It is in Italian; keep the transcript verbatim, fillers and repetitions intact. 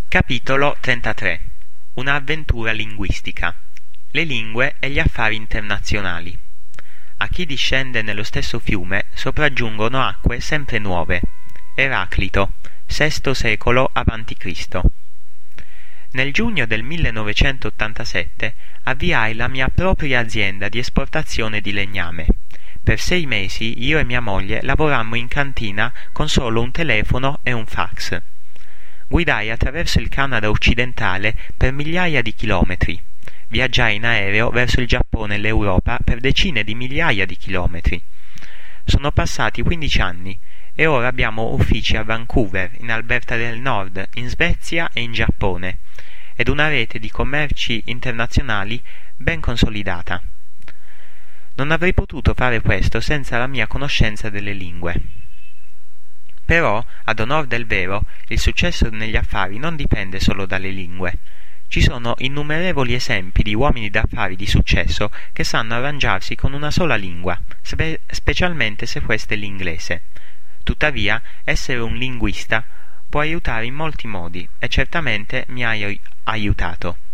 Capitolo trentatré. Un'avventura linguistica. Le lingue e gli affari internazionali. A chi discende nello stesso fiume sopraggiungono acque sempre nuove. Eraclito, sesto secolo avanti Cristo. Nel giugno del millenovecentottantasette avviai la mia propria azienda di esportazione di legname. Per sei mesi io e mia moglie lavorammo in cantina con solo un telefono e un fax. Guidai attraverso il Canada occidentale per migliaia di chilometri. Viaggiai in aereo verso il Giappone e l'Europa per decine di migliaia di chilometri. Sono passati quindici anni e ora abbiamo uffici a Vancouver, in Alberta del Nord, in Svezia e in Giappone, ed una rete di commerci internazionali ben consolidata. Non avrei potuto fare questo senza la mia conoscenza delle lingue. Però, ad onor del vero, il successo negli affari non dipende solo dalle lingue. Ci sono innumerevoli esempi di uomini d'affari di successo che sanno arrangiarsi con una sola lingua, spe- specialmente se questa è l'inglese. Tuttavia, essere un linguista può aiutare in molti modi e certamente mi ha aiutato.